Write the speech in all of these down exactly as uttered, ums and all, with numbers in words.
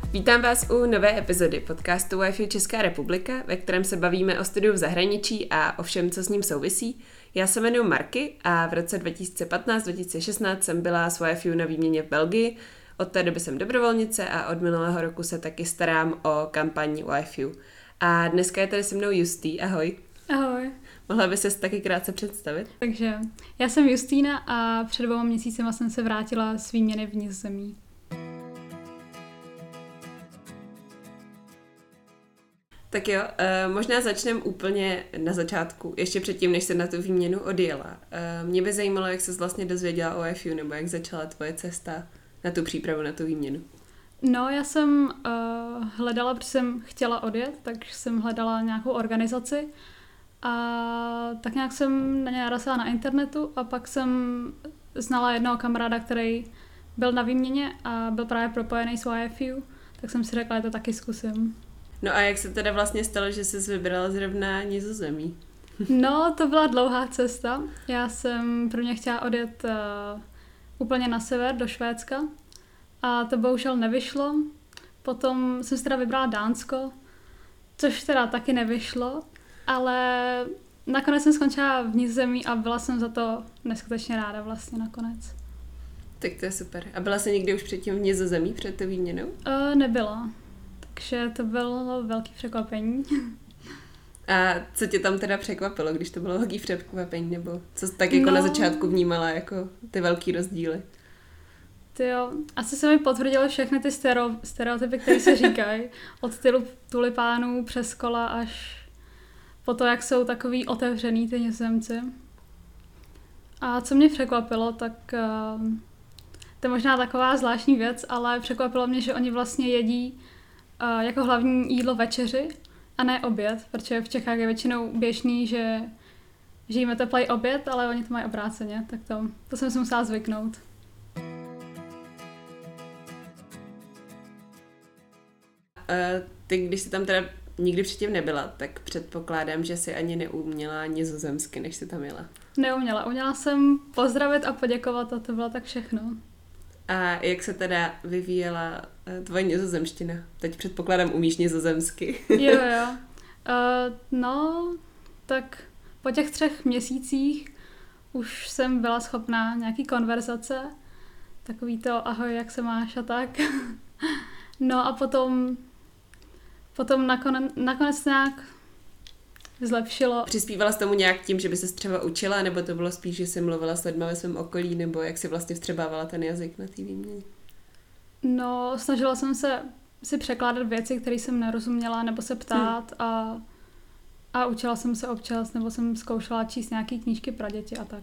Vítám vás u nové epizody podcastu Wi-Fi Česká republika, ve kterém se bavíme o studiu v zahraničí a o všem, co s ním souvisí. Já se jmenuji Marky a v roce dva tisíce patnáct dva tisíce šestnáct jsem byla s Wi-Fi na výměně v Belgii. Od té doby jsem dobrovolnice a od minulého roku se taky starám o kampaň Wi-Fi. A dneska je tady se mnou Justý. Ahoj. Ahoj. Mohla by ses taky krátce představit? Takže já jsem Justýna a před dvěma měsícema jsem se vrátila z výměny v Nizozemí. Tak jo, uh, možná začneme úplně na začátku, ještě předtím, než se na tu výměnu odjela. Uh, mě by zajímalo, jak ses vlastně dozvěděla o Wi-Fi, nebo jak začala tvoje cesta na tu přípravu, na tu výměnu. No, já jsem uh, hledala, protože jsem chtěla odjet, takže jsem hledala nějakou organizaci a tak nějak jsem na ně narazila na internetu a pak jsem znala jednoho kamaráda, který byl na výměně a byl právě propojený s Wi-Fi, tak jsem si řekla, že to taky zkusím. No a jak se teda vlastně stalo, že jsi vybrala zrovna Nizozemí? No, to byla dlouhá cesta. Já jsem prvně chtěla odjet uh, úplně na sever, do Švédska. A to bohužel nevyšlo. Potom jsem si teda vybrala Dánsko, což teda taky nevyšlo. Ale nakonec jsem skončila v Nizozemí a byla jsem za to neskutečně ráda vlastně nakonec. Tak to je super. A byla jsi někdy už předtím v Nizozemí před tou výměnou? Uh, nebyla. Takže to bylo velké překvapení. A co tě tam teda překvapilo, když to bylo velký překvapení, nebo co jsi tak jako no, na začátku vnímala jako ty velký rozdíly? Tyjo, asi se mi potvrdily všechny ty stereo, stereotypy, které se říkají. Od stylu tulipánů přes kola až po to, jak jsou takový otevřený ty Nizozemci. A co mě překvapilo, tak uh, to je možná taková zvláštní věc, ale překvapilo mě, že oni vlastně jedí uh, jako hlavní jídlo večeři a ne oběd, protože v Čechách je většinou běžný, že, že jíme teplej oběd, ale oni to mají obráceně, tak to, to jsem si musela zvyknout. Uh, ty, když jsi tam teda nikdy předtím nebyla, tak předpokládám, že jsi ani neuměla nizozemsky, než jsi tam jela. Neuměla. Uměla jsem pozdravit a poděkovat a to bylo tak všechno. A jak se teda vyvíjela uh, tvoje nizozemština? Teď předpokládám, umíš nizozemsky. Jo, jo. Uh, no, tak po těch třech měsících už jsem byla schopná nějaký konverzace. Takový to ahoj, jak se máš a tak. No a potom Potom nakonec, nakonec nějak zlepšilo. Přispívala jsi tomu nějak tím, že by se třeba učila, nebo to bylo spíš, že jsi mluvila s lidmi ve svém okolí, nebo jak jsi vlastně vstřebávala ten jazyk na té výměně? No, snažila jsem se si překládat věci, které jsem nerozuměla, nebo se ptát hmm. a, a učila jsem se občas, nebo jsem zkoušela číst nějaké knížky pro děti a tak.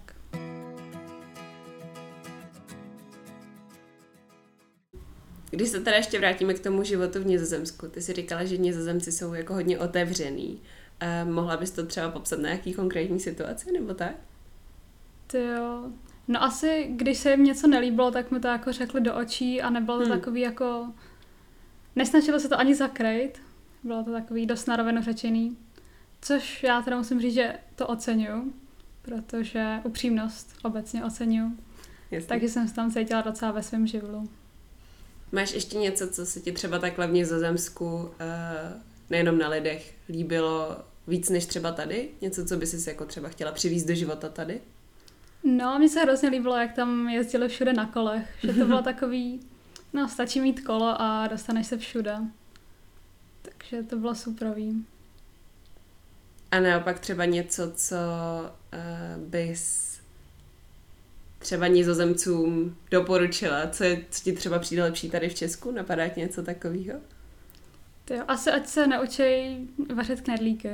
Když se teda ještě vrátíme k tomu životu v Nizozemsku, ty jsi říkala, že Nizozemci jsou jako hodně otevřený. Eh, mohla bys to třeba popsat na jaký konkrétní situaci, nebo tak? Tyjo. No asi, když se jim něco nelíbilo, tak mi to jako řekli do očí a nebylo to hmm. takový jako... Nesnažilo se to ani zakrýt. Bylo to takový dost na rovinu řečený. Což já teda musím říct, že to oceňuju, protože upřímnost obecně oceňuju. Jasně. Takže jsem se tam cítila docela ve svém živlu. Máš ještě něco, co se ti třeba takhle v Nizozemsku, nejenom na lidech, líbilo víc než třeba tady? Něco, co by si jako třeba chtěla přivést do života tady? No, mně se hrozně líbilo, jak tam jezdili všude na kolech. Že to bylo takový, no stačí mít kolo a dostaneš se všude. Takže to bylo superový. A naopak třeba něco, co uh, bys třeba Nizozemcům doporučila, co, je, co ti třeba přijde lepší tady v Česku? Napadá ti něco takového? Tyjo, asi ať se naučí vařit knedlíky.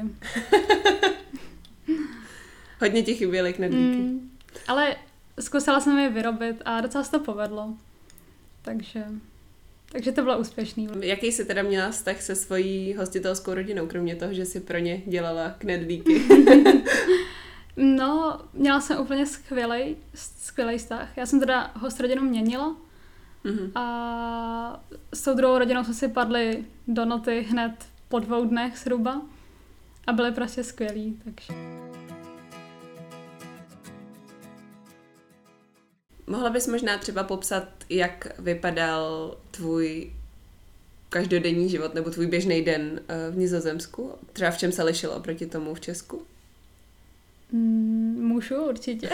Hodně ti chyběly knedlíky. Mm, ale zkusila jsem je vyrobit a docela se to povedlo. Takže, takže to bylo úspěšný. Jaký jsi teda měla vztah se svojí hostitelskou rodinou, kromě toho, že jsi pro ně dělala knedlíky? No, měla jsem úplně skvělej, skvělej vztah. Já jsem teda host rodinu měnila mm-hmm. a s tou druhou rodinou jsme si padli do noty hned po dvou dnech zhruba a byly prostě skvělí, takže... Mohla bys možná třeba popsat, jak vypadal tvůj každodenní život nebo tvůj běžný den v Nizozemsku? Třeba v čem se lišil oproti tomu v Česku? Mm, můžu, určitě.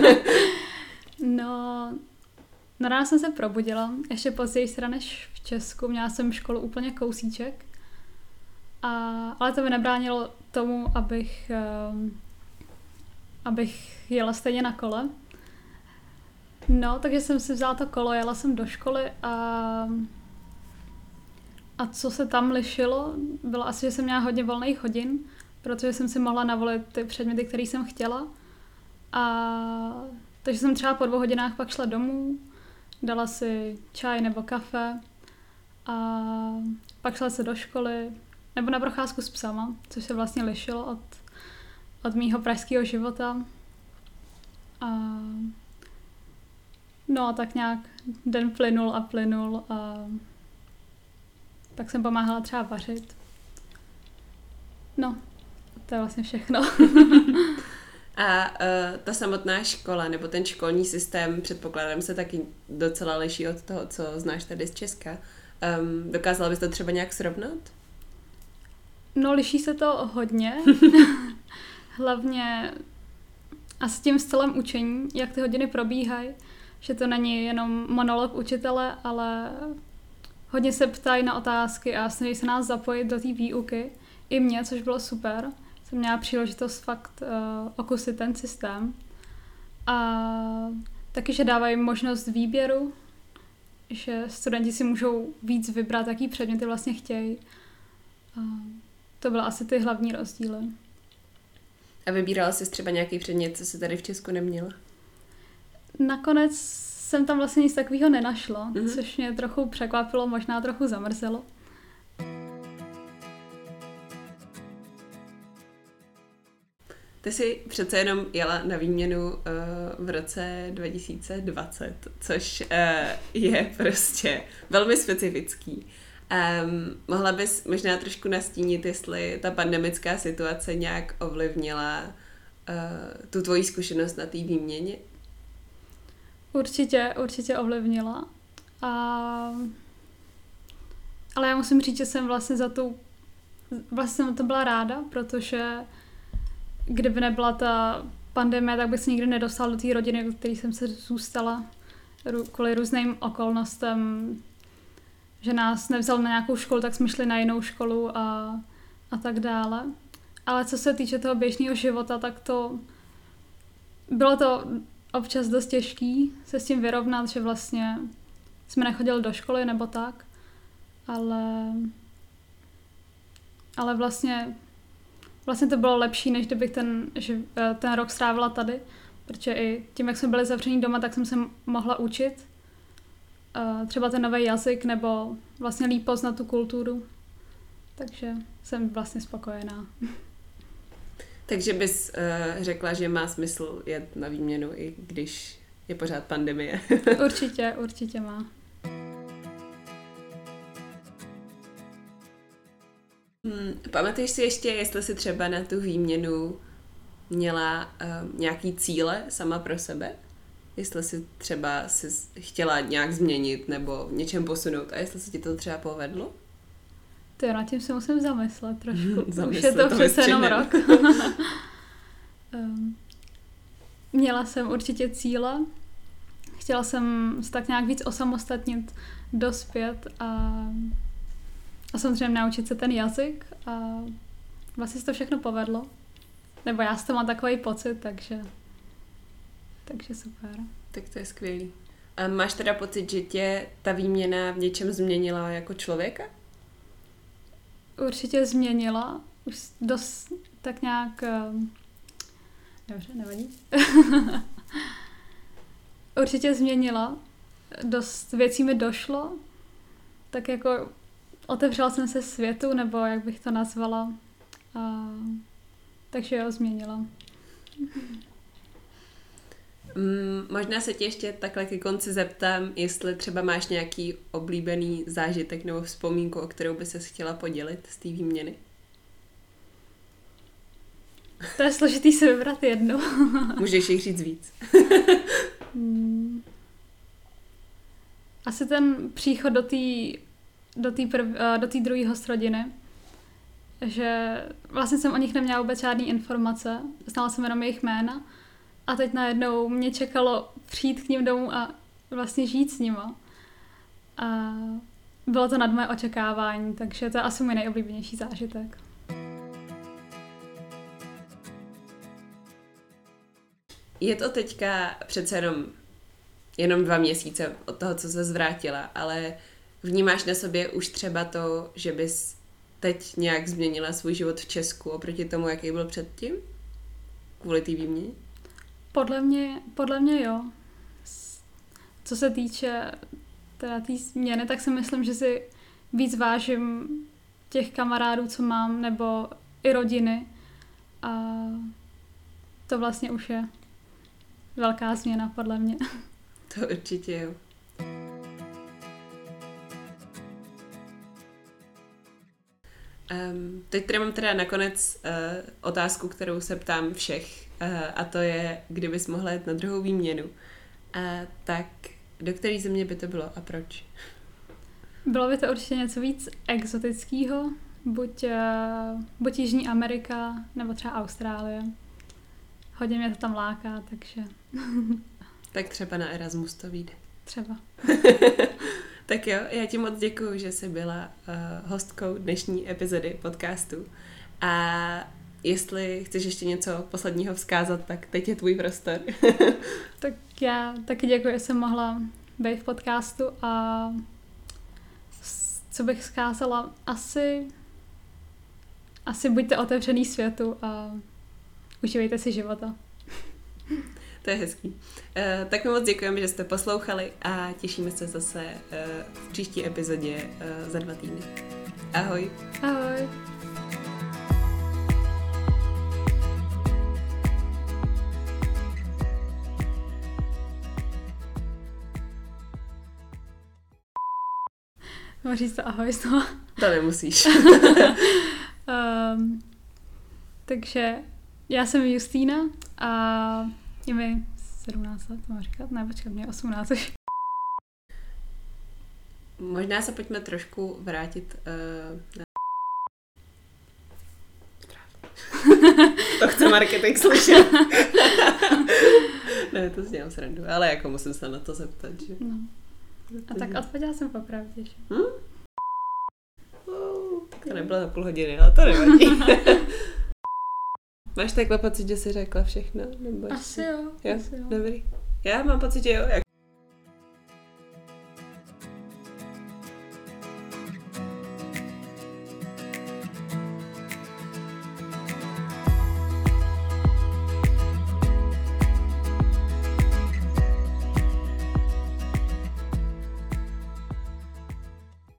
No, no ráno jsem se probudila, ještě později teda než v Česku, měla jsem školu úplně kousíček, a, ale to mi nebránilo tomu, abych, um, abych jela stejně na kole. No, takže jsem si vzala to kolo, jela jsem do školy a, a co se tam lišilo, bylo asi, že jsem měla hodně volných hodin, protože jsem si mohla navolit ty předměty, které jsem chtěla. A takže jsem třeba po dvou hodinách pak šla domů, dala si čaj nebo kafe a pak šla se do školy nebo na procházku s psama, což se vlastně lišilo od, od mýho pražského života. A no a tak nějak den plynul a plynul a tak jsem pomáhala třeba vařit. No, to je vlastně všechno. A uh, ta samotná škola nebo ten školní systém, předpokládám, se taky docela liší od toho, co znáš tady z Česka. Um, dokázala bys to třeba nějak srovnat? No, liší se to hodně. Hlavně a s tím stylem učení, jak ty hodiny probíhají, že to není jenom monolog učitele, ale hodně se ptají na otázky a snaží se nás zapojit do té výuky. I mě, což bylo super. Jsem měla příležitost fakt uh, okusit ten systém. A taky, že dávají možnost výběru, že studenti si můžou víc vybrat, jaký předměty vlastně chtějí. Uh, to byly asi ty hlavní rozdíly. A vybírala jsi třeba nějaký předmět, co jsi tady v Česku neměla? Nakonec jsem tam vlastně nic takového nenašla, mm-hmm. což mě trochu překvapilo, možná trochu zamrzelo. Ty jsi přece jenom jela na výměnu uh, v roce dva tisíce dvacet, což uh, je prostě velmi specifický. Um, mohla bys možná trošku nastínit, jestli ta pandemická situace nějak ovlivnila uh, tu tvoji zkušenost na té výměně? Určitě, určitě ovlivnila. A... Ale já musím říct, že jsem vlastně za tu... Vlastně jsem to byla ráda, protože kdyby nebyla ta pandemie, tak bych se nikdy nedostala do té rodiny, do které jsem se zůstala kvůli různým okolnostem, že nás nevzal na nějakou školu, tak jsme šli na jinou školu a, a tak dále. Ale co se týče toho běžného života, tak to bylo to občas dost těžký se s tím vyrovnat, že vlastně jsme nechodili do školy nebo tak, ale, ale vlastně, vlastně to bylo lepší, než kdybych ten, že, ten rok strávila tady, protože i tím, jak jsme byli zavření doma, tak jsem se mohla učit třeba ten nový jazyk nebo vlastně líp poznat tu kulturu. Takže jsem vlastně spokojená. Takže bys uh, řekla, že má smysl jet na výměnu, i když je pořád pandemie. Určitě, určitě má. Hmm, pamatuješ si ještě, jestli jsi třeba na tu výměnu měla uh, nějaký cíle sama pro sebe? Jestli si třeba si chtěla nějak změnit nebo v něčem posunout a jestli se ti to třeba povedlo? To jo, nad tím se musím zamyslet trošku. Zamyslet, už je to, to přece jenom rok. um, měla jsem určitě cíle. Chtěla jsem se tak nějak víc osamostatnit, dospět a, a samozřejmě naučit se ten jazyk a vlastně se to všechno povedlo. Nebo já z toho mám takový pocit, takže, takže super. Tak to je skvělý. A máš teda pocit, že tě ta výměna v něčem změnila jako člověka? Určitě změnila. Už dost tak nějak... Dobře, nevadí. Určitě změnila. Dost věcí mi došlo. Tak jako otevřela jsem se světu, nebo jak bych to nazvala. A... Takže jo, změnila. Mm, možná se tě ještě takhle ke konci zeptám, jestli třeba máš nějaký oblíbený zážitek nebo vzpomínku, o kterou by ses chtěla podělit z té výměny? To je složitý si vybrat jednu. Můžeš jich říct víc. hmm. Asi ten příchod do té do té prv- do té druhé hostrodiny, že vlastně jsem o nich neměla vůbec žádný informace, znala jsem jenom jejich jména a teď najednou mě čekalo přijít k ním domů a vlastně žít s nima. A bylo to nad moje očekávání, takže to je asi můj nejoblíbenější zážitek. Je to teďka přece jenom, jenom dva měsíce od toho, co se zvrátila, ale vnímáš na sobě už třeba to, že bys teď nějak změnila svůj život v Česku oproti tomu, jaký byl předtím? Kvůli té výměně? Podle mě, podle mě jo. Co se týče teda té změny, tak si myslím, že si víc vážím těch kamarádů, co mám, nebo i rodiny. A to vlastně už je velká změna, podle mě. To určitě jo. Um, teď tady mám teda nakonec uh, otázku, kterou se ptám všech, uh, a to je, kdybys mohla jít na druhou výměnu. Uh, tak do které země by to bylo a proč? Bylo by to určitě něco víc exotického, buď, uh, buď Jižní Amerika, nebo třeba Austrálie. Hodně mě to tam láká, takže... Tak třeba na Erasmus to vyjde. Třeba. Tak jo, já ti moc děkuju, že jsi byla uh, hostkou dnešní epizody podcastu. A jestli chceš ještě něco posledního vzkázat, tak teď je tvůj prostor. Tak já taky děkuji, že jsem mohla být v podcastu a co bych vzkázala, asi, asi buďte otevřený světu a užívejte si života. To je hezký. Uh, tak mi moc děkujeme, že jste poslouchali a těšíme se zase uh, v příští epizodě uh, za dva týdny. Ahoj. Ahoj. Mám říct to ahoj znovu? To nemusíš. um, takže já jsem Justýna a je mi sedmnáct let, mám říkat? Ne, počkat, mě je osmnáct už. Možná se pojďme trošku vrátit uh, na... To chce marketing slyšet. Ne, to si dělám srandu, ale jako musím se na to zeptat, že? No. A tak odpověděla jsem popravdě, že? Hm? Oh, to nebylo za půl hodiny, ale to nevadí. Máš takhle pocit, že jsi řekla všechno? Nebo asi jo. jo? Asi jo. Dobrý. Já mám pocit, že jo. Jak